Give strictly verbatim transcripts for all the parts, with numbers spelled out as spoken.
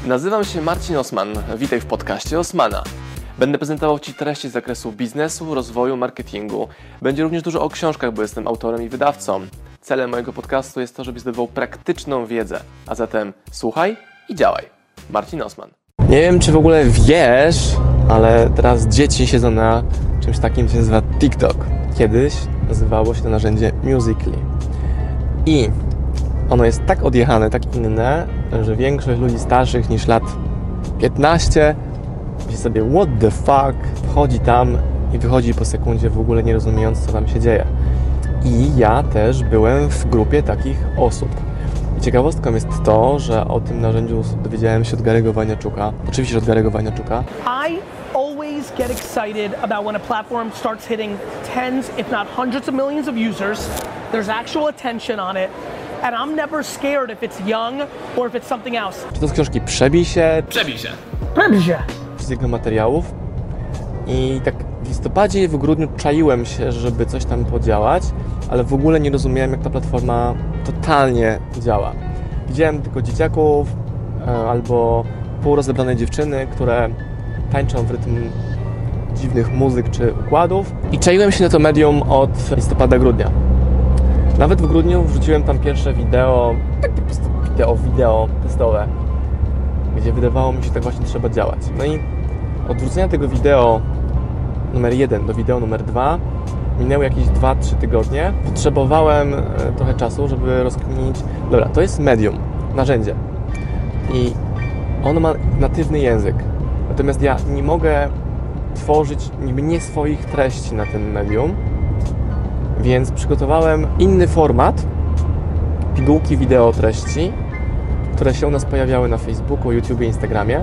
Nazywam się Marcin Osman, witaj w podcaście Osmana. Będę prezentował Ci treści z zakresu biznesu, rozwoju, marketingu. Będzie również dużo o książkach, bo jestem autorem i wydawcą. Celem mojego podcastu jest to, żebyś zdobywał praktyczną wiedzę. A zatem słuchaj i działaj. Marcin Osman. Nie wiem, czy w ogóle wiesz, ale teraz dzieci siedzą na czymś takim, co się nazywa TikTok. Kiedyś nazywało się to narzędzie Musical.ly. I ono jest tak odjechane, tak inne, że większość ludzi starszych niż lat piętnaście myśli sobie what the fuck, wchodzi tam i wychodzi po sekundzie, w ogóle nie rozumiejąc, co tam się dzieje. I ja też byłem w grupie takich osób. I ciekawostką jest to, że o tym narzędziu dowiedziałem się od Gary'ego Vaynerchuka. Oczywiście od Gary'ego Vaynerchuka. I always get excited about when a platform starts hitting tens, if not hundreds of millions of users. There's actual attention on it. And I'm never scared if it's young or if it's something else. Czy to z książki Przebij się? Przebij się. Przebij się. Z jego materiałów. I tak w listopadzie i w grudniu czaiłem się, żeby coś tam podziałać, ale w ogóle nie rozumiałem, jak ta platforma totalnie działa. Widziałem tylko dzieciaków e, albo półrozebrane dziewczyny, które tańczą w rytm dziwnych muzyk czy układów. I czaiłem się na to medium od listopada, grudnia. Nawet w grudniu wrzuciłem tam pierwsze wideo, tak po prostu wideo, wideo testowe, gdzie wydawało mi się, że tak właśnie trzeba działać. No i od wrzucenia tego wideo numer jeden do wideo numer dwa minęły jakieś dwa trzy tygodnie. Potrzebowałem trochę czasu, żeby rozkminić, dobra, to jest medium, narzędzie i ono ma natywny język, natomiast ja nie mogę tworzyć niby nie swoich treści na tym medium, więc przygotowałem inny format, pigułki wideo treści, które się u nas pojawiały na Facebooku, YouTubie, Instagramie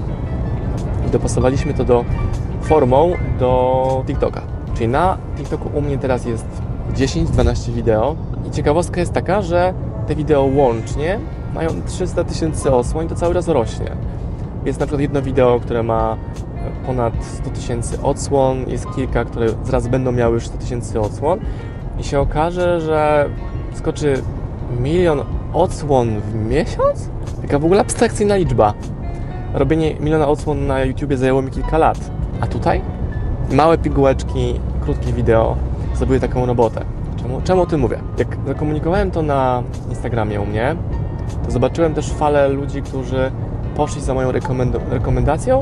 i dopasowaliśmy to do formą do TikToka. Czyli na TikToku u mnie teraz jest dziesięć dwanaście wideo i ciekawostka jest taka, że te wideo łącznie mają trzysta tysięcy odsłon i to cały czas rośnie. Jest na przykład jedno wideo, które ma ponad sto tysięcy odsłon, jest kilka, które zaraz będą miały już sto tysięcy odsłon i się okaże, że skoczy milion odsłon w miesiąc? Taka w ogóle abstrakcyjna liczba. Robienie miliona odsłon na YouTubie zajęło mi kilka lat, a tutaj małe pigułeczki, krótkie wideo zrobiły taką robotę. Czemu, czemu o tym mówię? Jak zakomunikowałem to na Instagramie u mnie, to zobaczyłem też falę ludzi, którzy poszli za moją rekomend- rekomendacją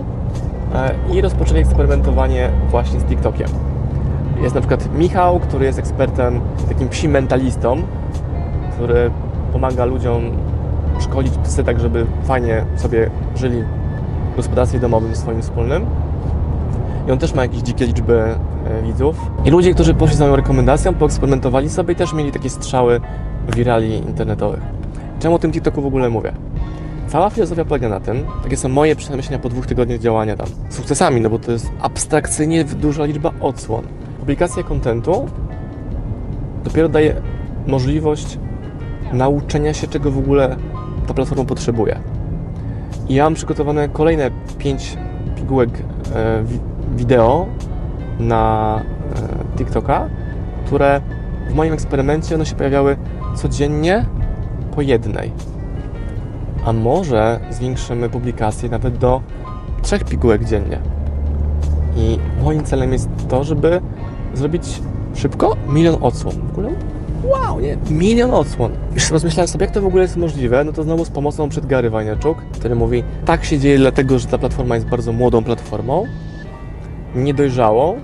i rozpoczęli eksperymentowanie właśnie z TikTokiem. Jest na przykład Michał, który jest ekspertem, takim psim mentalistą, który pomaga ludziom szkolić psy tak, żeby fajnie sobie żyli w gospodarstwie domowym swoim wspólnym. I on też ma jakieś dzikie liczby e, widzów. I ludzie, którzy poszli za moją rekomendacją, poeksperymentowali sobie i też mieli takie strzały wirali internetowych. Czemu o tym TikToku w ogóle mówię? Cała filozofia polega na tym, takie są moje przemyślenia po dwóch tygodniach działania tam. Sukcesami, no bo to jest abstrakcyjnie duża liczba odsłon. Publikacja kontentu dopiero daje możliwość nauczenia się, czego w ogóle ta platforma potrzebuje. I ja mam przygotowane kolejne pięć pigułek e, wi- wideo na e, TikToka, które w moim eksperymencie one się pojawiały codziennie po jednej. A może zwiększymy publikację nawet do trzech pigułek dziennie. I moim celem jest to, żeby zrobić szybko milion odsłon. W ogóle wow, nie? Milion odsłon. Już rozmyślałem sobie, jak to w ogóle jest możliwe, no to znowu z pomocą przed Gary Vaynerchuk, który mówi, tak się dzieje dlatego, że ta platforma jest bardzo młodą platformą, niedojrzałą,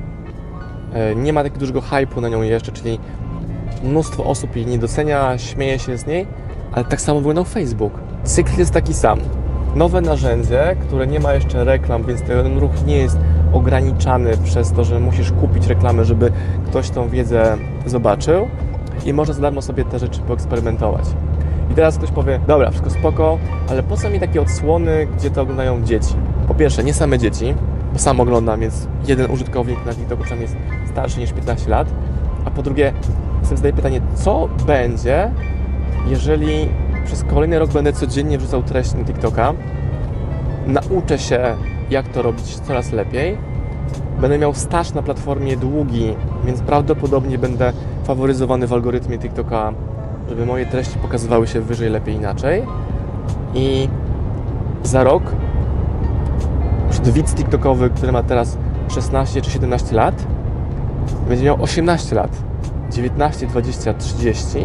nie ma takiego dużego hype'u na nią jeszcze, czyli mnóstwo osób jej nie docenia, śmieje się z niej, ale tak samo wyglądał Facebook. Cykl jest taki sam. Nowe narzędzie, które nie ma jeszcze reklam, więc ten ruch nie jest ograniczany przez to, że musisz kupić reklamę, żeby ktoś tą wiedzę zobaczył i można za darmo sobie te rzeczy poeksperymentować. I teraz ktoś powie, dobra, wszystko spoko, ale po co mi takie odsłony, gdzie to oglądają dzieci? Po pierwsze, nie same dzieci, bo sam oglądam, więc jeden użytkownik na TikToku przynajmniej jest starszy niż piętnaście lat, a po drugie, sobie zadaję pytanie, co będzie, jeżeli przez kolejny rok będę codziennie wrzucał treść na TikToka, nauczę się, jak to robić coraz lepiej, będę miał staż na platformie długi, więc prawdopodobnie będę faworyzowany w algorytmie TikToka, żeby moje treści pokazywały się wyżej, lepiej, inaczej i za rok przed widz TikTokowy, który ma teraz szesnaście czy siedemnaście lat, będzie miał osiemnaście lat, dziewiętnaście, dwadzieścia, trzydzieści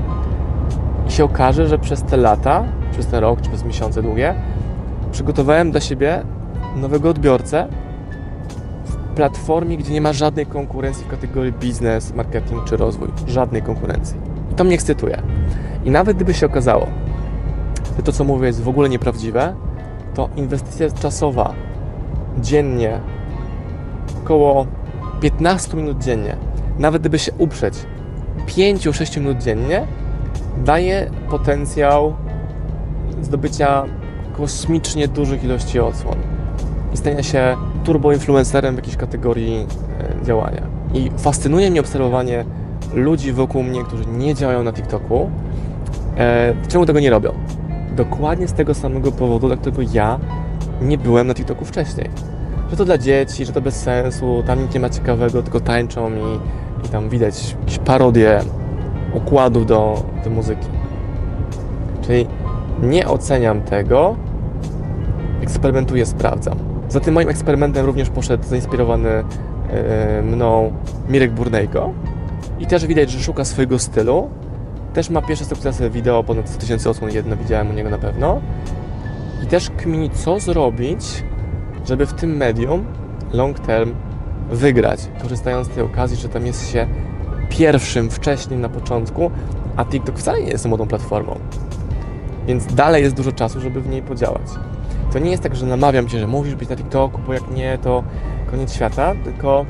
i się okaże, że przez te lata, przez ten rok czy przez miesiące długie przygotowałem dla siebie nowego odbiorcę w platformie, gdzie nie ma żadnej konkurencji w kategorii biznes, marketing czy rozwój. Żadnej konkurencji. I to mnie ekscytuje. I nawet gdyby się okazało, że to, co mówię, jest w ogóle nieprawdziwe, to inwestycja czasowa dziennie, około piętnaście minut dziennie, nawet gdyby się uprzeć, pięć do sześciu minut dziennie, daje potencjał zdobycia kosmicznie dużych ilości odsłon i stania się turboinfluencerem w jakiejś kategorii e, działania. I fascynuje mnie obserwowanie ludzi wokół mnie, którzy nie działają na TikToku. E, czemu tego nie robią? Dokładnie z tego samego powodu, dla którego ja nie byłem na TikToku wcześniej. Że to dla dzieci, że to bez sensu, tam nic nie ma ciekawego, tylko tańczą i, i tam widać jakieś parodie układów do, do muzyki. Czyli nie oceniam tego, eksperymentuję, sprawdzam. Za tym moim eksperymentem również poszedł zainspirowany yy, mną Mirek Burnejko i też widać, że szuka swojego stylu. Też ma pierwsze sukcesy wideo, ponad sto tysięcy osłon, jedno widziałem u niego na pewno. I też kmini, co zrobić, żeby w tym medium long term wygrać, korzystając z tej okazji, że tam jest się pierwszym, wcześniej na początku, a TikTok wcale nie jest młodą platformą. Więc dalej jest dużo czasu, żeby w niej podziałać. To nie jest tak, że namawiam Cię, że musisz być na TikToku, bo jak nie, to koniec świata, tylko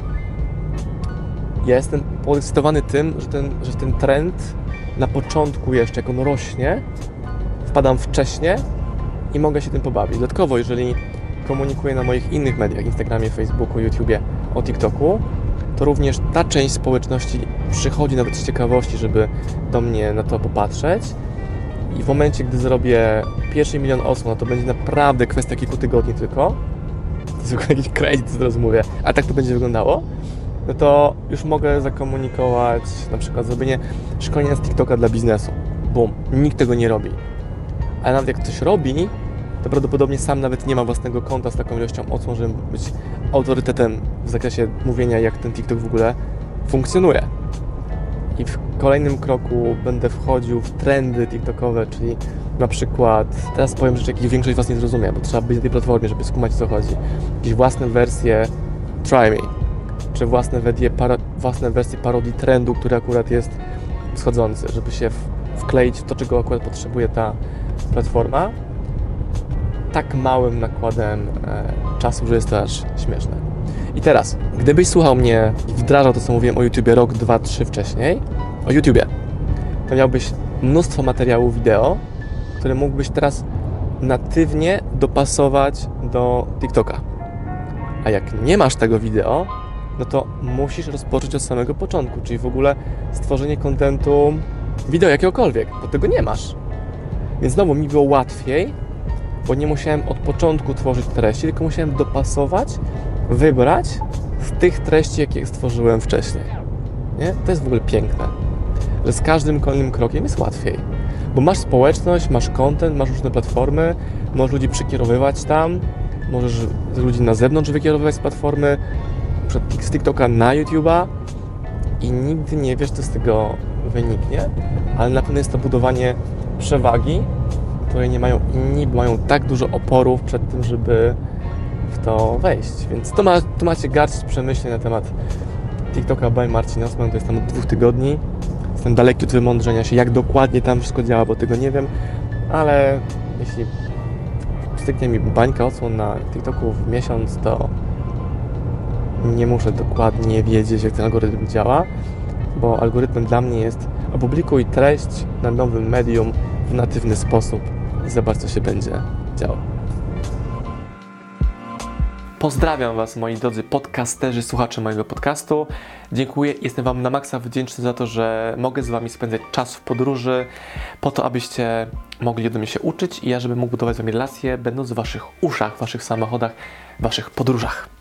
ja jestem podekscytowany tym, że ten, że ten trend na początku jeszcze, jak on rośnie, wpadam wcześnie i mogę się tym pobawić. Dodatkowo, jeżeli komunikuję na moich innych mediach, Instagramie, Facebooku, YouTubie o TikToku, to również ta część społeczności przychodzi nawet z ciekawości, żeby do mnie na to popatrzeć. I w momencie, gdy zrobię pierwszy milion osób, no to będzie naprawdę kwestia kilku tygodni tylko. To jest tylko jakiś kredyt, co teraz mówię. A tak to będzie wyglądało. No to już mogę zakomunikować na przykład zrobienie szkolenia z TikToka dla biznesu. Bum. Nikt tego nie robi. Ale nawet jak ktoś robi, to prawdopodobnie sam nawet nie ma własnego konta z taką ilością odsłon, żeby być autorytetem w zakresie mówienia, jak ten TikTok w ogóle funkcjonuje. I w kolejnym kroku będę wchodził w trendy TikTokowe, czyli na przykład, teraz powiem rzeczy, jakich większość Was nie zrozumie, bo trzeba być na tej platformie, żeby skumać, o co chodzi. Jakieś własne wersje Try Me, czy własne, wersje, para, własne wersje parodii trendu, który akurat jest wschodzący, żeby się w, wkleić w to, czego akurat potrzebuje ta platforma, tak małym nakładem e, czasu, że jest to aż śmieszne. I teraz, gdybyś słuchał mnie i wdrażał to, co mówiłem o YouTubie rok, dwa, trzy wcześniej, o YouTubie, to miałbyś mnóstwo materiałów wideo, które mógłbyś teraz natywnie dopasować do TikToka. A jak nie masz tego wideo, no to musisz rozpocząć od samego początku, czyli w ogóle stworzenie kontentu wideo jakiegokolwiek, bo tego nie masz. Więc znowu mi było łatwiej, bo nie musiałem od początku tworzyć treści, tylko musiałem dopasować, wybrać z tych treści, jakie stworzyłem wcześniej. Nie? To jest w ogóle piękne, że z każdym kolejnym krokiem jest łatwiej, bo masz społeczność, masz content, masz różne platformy, możesz ludzi przekierowywać tam, możesz ludzi na zewnątrz wykierowywać z platformy, z TikToka na YouTube'a i nigdy nie wiesz, co z tego wyniknie, ale na pewno jest to budowanie przewagi, której nie mają inni, bo mają tak dużo oporów przed tym, żeby w to wejść. Więc to, ma, to macie garść przemyśleń na temat TikToka by Marcin Osman, to jest tam od dwóch tygodni. Jestem daleki od wymądrzenia się, jak dokładnie tam wszystko działa, bo tego nie wiem, ale jeśli styknie mi bańka odsłon na TikToku w miesiąc, to nie muszę dokładnie wiedzieć, jak ten algorytm działa, bo algorytmem dla mnie jest opublikuj treść na nowym medium w natywny sposób i zobacz, co się będzie działo. Pozdrawiam Was, moi drodzy podcasterzy, słuchacze mojego podcastu. Dziękuję, jestem Wam na maksa wdzięczny za to, że mogę z Wami spędzać czas w podróży, po to, abyście mogli do mnie się uczyć i ja, żebym mógł budować z Wami relacje, będąc w Waszych uszach, w Waszych samochodach, w Waszych podróżach.